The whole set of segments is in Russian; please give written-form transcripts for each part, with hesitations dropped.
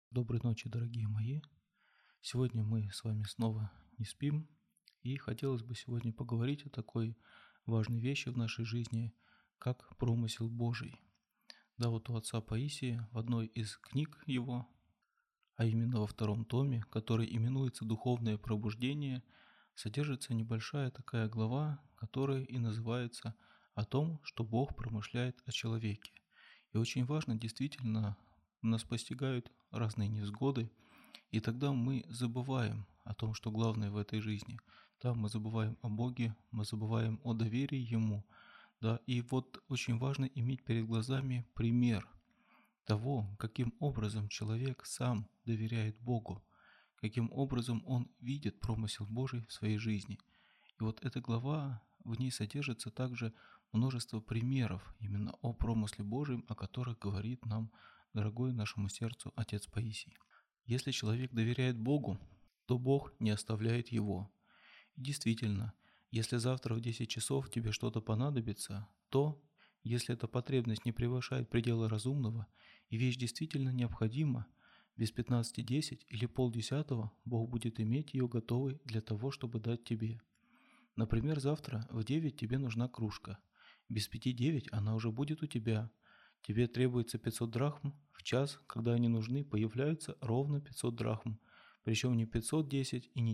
Доброй ночи, дорогие мои. Сегодня мы с вами снова не спим, и хотелось бы сегодня поговорить о такой важной вещи в нашей жизни, как промысел Божий. Да, вот у отца Паисия в одной из книг его, а именно во втором томе, который именуется «Духовное пробуждение», содержится небольшая такая глава, которая и называется «О том, что Бог промышляет о человеке». И очень важно, действительно, нас постигают разные невзгоды, и тогда мы забываем о том, что главное в этой жизни. Да, мы забываем о Боге, мы забываем о доверии Ему. Да, и вот очень важно иметь перед глазами пример того, каким образом человек сам доверяет Богу, каким образом он видит промысел Божий в своей жизни. И вот эта глава, в ней содержится также множество примеров именно о промысле Божьем, о которых говорит нам дорогой нашему сердцу отец Паисий. Если человек доверяет Богу, то Бог не оставляет его. И действительно, если завтра в 10 часов тебе что-то понадобится, то, если эта потребность не превышает пределы разумного и вещь действительно необходима, без 15:10 или полдесятого Бог будет иметь ее готовой для того, чтобы дать тебе. Например, завтра в 9 тебе нужна кружка. Без 5:09 она уже будет у тебя. Тебе требуется 500 драхм. В час, когда они нужны, появляются ровно 500 драхм. Причем не 510 и не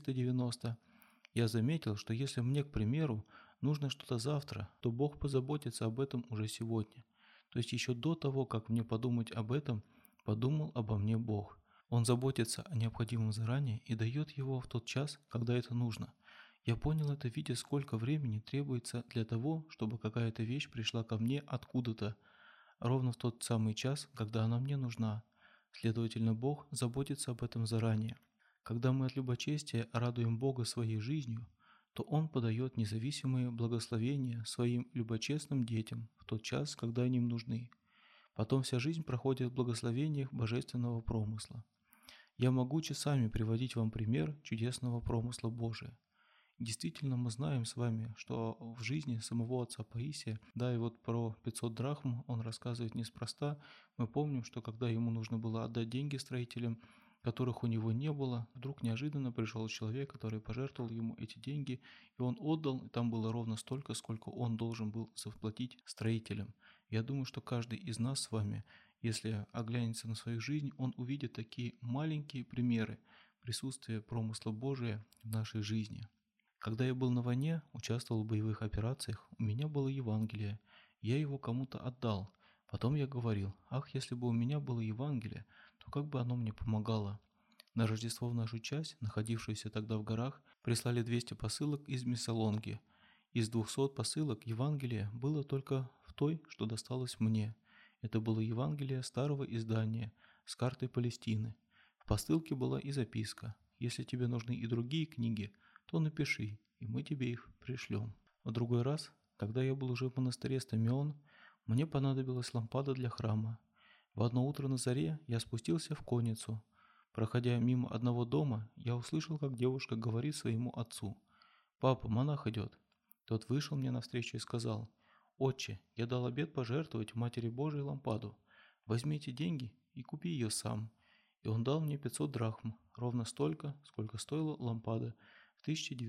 490. Я заметил, что если мне, к примеру, нужно что-то завтра, то Бог позаботится об этом уже сегодня. То есть еще до того, как мне подумать об этом, подумал обо мне Бог. Он заботится о необходимом заранее и дает его в тот час, когда это нужно. Я понял это, видя, сколько времени требуется для того, чтобы какая-то вещь пришла ко мне откуда-то, ровно в тот самый час, когда она мне нужна. Следовательно, Бог заботится об этом заранее. Когда мы от любочестия радуем Бога своей жизнью, то Он подает независимые благословения своим любочестным детям в тот час, когда они им нужны. Потом вся жизнь проходит в благословениях божественного промысла. Я могу часами приводить вам пример чудесного промысла Божия. Действительно, мы знаем с вами, что в жизни самого отца Паисия, да, и вот про 500 драхм он рассказывает неспроста. Мы помним, что когда ему нужно было отдать деньги строителям, которых у него не было, вдруг неожиданно пришел человек, который пожертвовал ему эти деньги, и он отдал, и там было ровно столько, сколько он должен был заплатить строителям. Я думаю, что каждый из нас с вами, если оглянется на свою жизнь, он увидит такие маленькие примеры присутствия промысла Божия в нашей жизни. Когда я был на войне, участвовал в боевых операциях, у меня было Евангелие. Я его кому-то отдал. Потом я говорил, ах, если бы у меня было Евангелие, то как бы оно мне помогало. На Рождество в нашу часть, находившуюся тогда в горах, прислали 200 посылок из Миссалонги. Из 200 посылок Евангелие было только в той, что досталось мне. Это было Евангелие старого издания с картой Палестины. В посылке была и записка. Если тебе нужны и другие книги, то напиши, и мы тебе их пришлем. В другой раз, когда я был уже в монастыре Стамион, мне понадобилась лампада для храма. В одно утро на заре я спустился в конницу. Проходя мимо одного дома, я услышал, как девушка говорит своему отцу: «Папа, монах идет». Тот вышел мне навстречу и сказал: «Отче, я дал обет пожертвовать Матери Божией лампаду. Возьми эти деньги и купи ее сам». И он дал мне 500 драхм, ровно столько, сколько стоила лампада в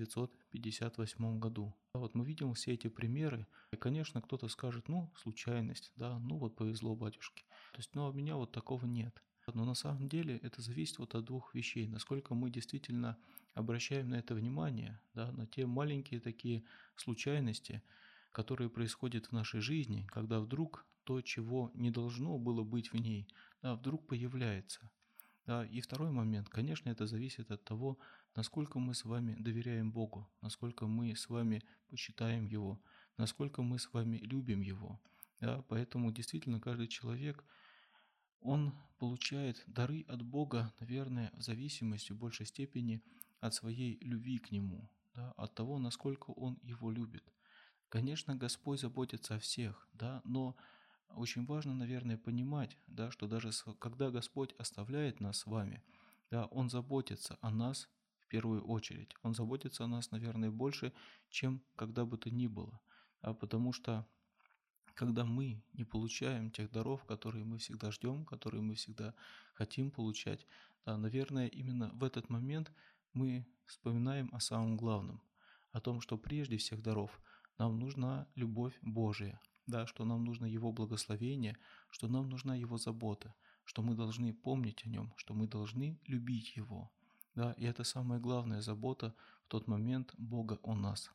1958 году. А вот мы видим все эти примеры, и, конечно, кто-то скажет, ну, случайность, да, ну вот повезло батюшке. То есть, ну, а у меня вот такого нет. Но на самом деле это зависит вот от двух вещей, насколько мы действительно обращаем на это внимание, да, на те маленькие такие случайности, которые происходят в нашей жизни, когда вдруг то, чего не должно было быть в ней, да, вдруг появляется. Да, и второй момент, конечно, это зависит от того, насколько мы с вами доверяем Богу, насколько мы с вами почитаем Его, насколько мы с вами любим Его. Да, поэтому действительно каждый человек, он получает дары от Бога, наверное, в зависимости в большей степени от своей любви к Нему, да, от того, насколько он его любит. Конечно, Господь заботится о всех, да, но очень важно, наверное, понимать, да, что даже когда Господь оставляет нас с вами, да, Он заботится о нас в первую очередь. Он заботится о нас, наверное, больше, чем когда бы то ни было. Потому что когда мы не получаем тех даров, которые мы всегда ждем, которые мы всегда хотим получать, да, наверное, именно в этот момент мы вспоминаем о самом главном, о том, что прежде всех даров нам нужна любовь Божия, да, что нам нужно Его благословение, что нам нужна Его забота, что мы должны помнить о Нем, что мы должны любить Его. Да, и это самая главная забота в тот момент Бога о нас.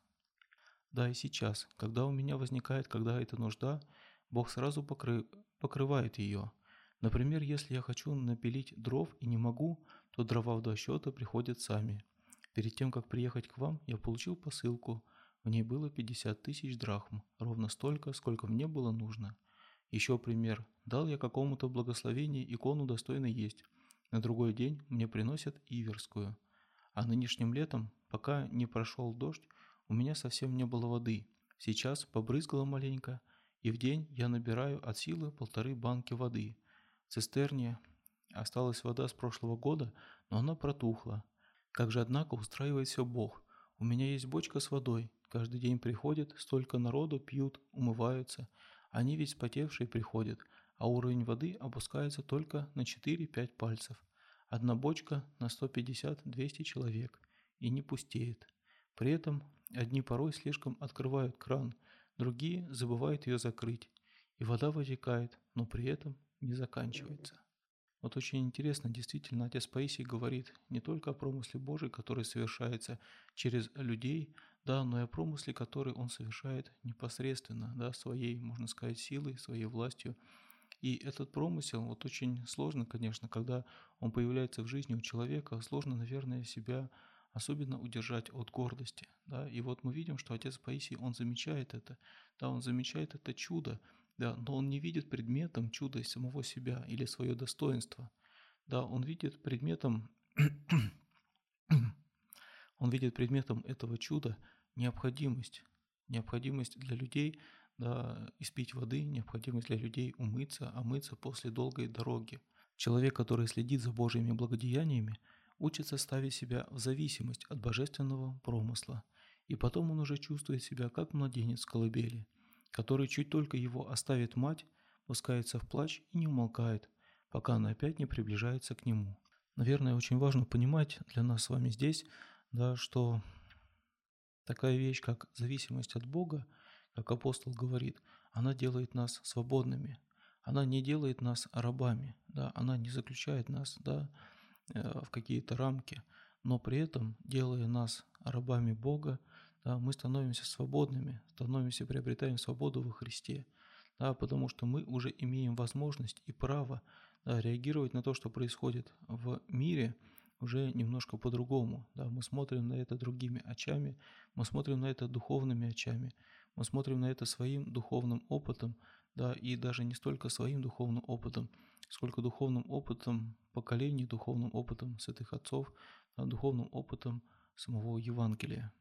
Да, и сейчас, когда у меня возникает какая-то нужда, Бог сразу покрывает ее. Например, если я хочу напилить дров и не могу, то дрова в 2 счета приходят сами. Перед тем, как приехать к вам, я получил посылку. В ней было 50 тысяч драхм, ровно столько, сколько мне было нужно. Еще пример. Дал я какому-то благословению икону достойно есть. На другой день мне приносят иверскую. А нынешним летом, пока не прошел дождь, у меня совсем не было воды. Сейчас побрызгало маленько, и в день я набираю от силы 1,5 банки воды. В цистерне осталась вода с прошлого года, но она протухла. Как же, однако, устраивает все Бог. У меня есть бочка с водой. Каждый день приходит, столько народу пьют, умываются. Они ведь вспотевшие приходят, а уровень воды опускается только на 4-5 пальцев. Одна бочка на 150-200 человек и не пустеет. При этом одни порой слишком открывают кран, другие забывают ее закрыть, и вода вытекает, но при этом не заканчивается. Вот очень интересно, действительно, отец Паисий говорит не только о промысле Божий, который совершается через людей, да, но и о промысле, который он совершает непосредственно, да, своей, можно сказать, силой, своей властью. И этот промысел, вот очень сложно, конечно, когда он появляется в жизни у человека, сложно, наверное, себя особенно удержать от гордости, да, и вот мы видим, что отец Паисий, он замечает это, да, он замечает это чудо, да, но он не видит предметом чуда самого себя или свое достоинство, да, он видит предметом, он видит предметом этого чуда необходимость, необходимость для людей, да, испить воды, необходимость для людей умыться, омыться после долгой дороги. Человек, который следит за Божьими благодеяниями, учится ставить себя в зависимость от божественного промысла, и потом он уже чувствует себя как младенец в колыбели, который чуть только его оставит мать, пускается в плач и не умолкает, пока она опять не приближается к нему. Наверное, очень важно понимать для нас с вами здесь, да, что такая вещь, как зависимость от Бога, как апостол говорит, она делает нас свободными. Она не делает нас рабами, да, она не заключает нас, да, в какие-то рамки, но при этом, делая нас рабами Бога, да, мы становимся свободными, становимся, приобретаем свободу во Христе, да, потому что мы уже имеем возможность и право, да, реагировать на то, что происходит в мире, уже немножко по-другому. Да, мы смотрим на это другими очами, мы смотрим на это духовными очами, мы смотрим на это своим духовным опытом, да, и даже не столько своим духовным опытом, сколько духовным опытом поколений, духовным опытом святых отцов, да, духовным опытом самого Евангелия.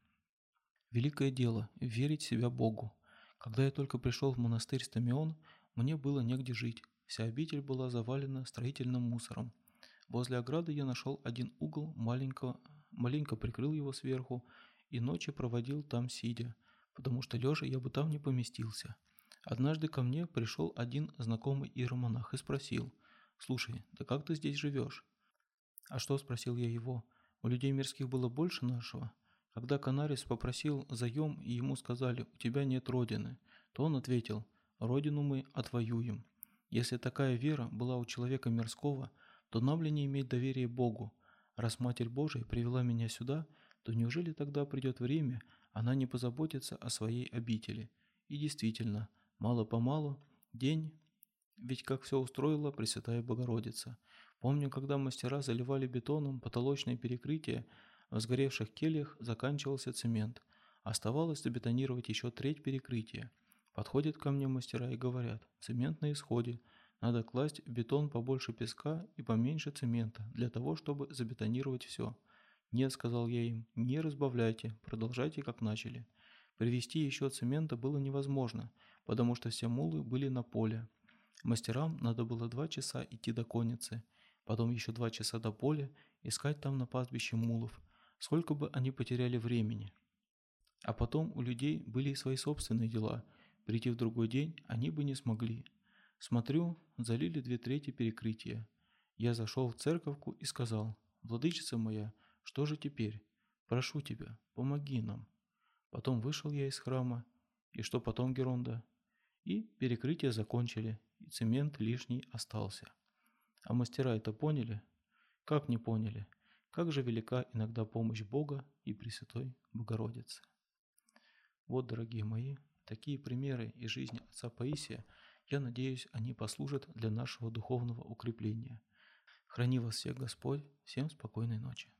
Великое дело – верить в себя Богу. Когда я только пришел в монастырь Стамион, мне было негде жить. Вся обитель была завалена строительным мусором. Возле ограды я нашел один угол, маленько прикрыл его сверху и ночи проводил там сидя, потому что лежа я бы там не поместился. Однажды ко мне пришел один знакомый иеромонах и спросил: «Слушай, да как ты здесь живешь?» «А что?» – спросил я его. «У людей мирских было больше нашего?» Когда Канарис попросил заем и ему сказали: «У тебя нет родины», то он ответил: «Родину мы отвоюем». Если такая вера была у человека мирского, то нам ли не иметь доверия Богу? Раз Матерь Божия привела меня сюда, то неужели тогда придет время, она не позаботится о своей обители? И действительно, мало-помалу, день, ведь как все устроила Пресвятая Богородица. Помню, когда мастера заливали бетоном потолочное перекрытие, в сгоревших кельях заканчивался цемент. Оставалось забетонировать еще треть перекрытия. Подходят ко мне мастера и говорят: «Цемент на исходе. Надо класть в бетон побольше песка и поменьше цемента, для того, чтобы забетонировать все». «Нет», — сказал я им, — «не разбавляйте, продолжайте, как начали». Привезти еще цемента было невозможно, потому что все мулы были на поле. Мастерам надо было 2 часа идти до конницы, потом еще 2 часа до поля, искать там на пастбище мулов. Сколько бы они потеряли времени. А потом у людей были и свои собственные дела. Прийти в другой день они бы не смогли. Смотрю, залили 2/3 перекрытия. Я зашел в церковку и сказал: «Владычица моя, что же теперь? Прошу тебя, помоги нам». Потом вышел я из храма, и что потом, Геронда? И перекрытие закончили, и цемент лишний остался. А мастера это поняли? Как не поняли? Как же велика иногда помощь Бога и Пресвятой Богородицы. Вот, дорогие мои, такие примеры из жизни отца Паисия, я надеюсь, они послужат для нашего духовного укрепления. Храни вас всех Господь, всем спокойной ночи.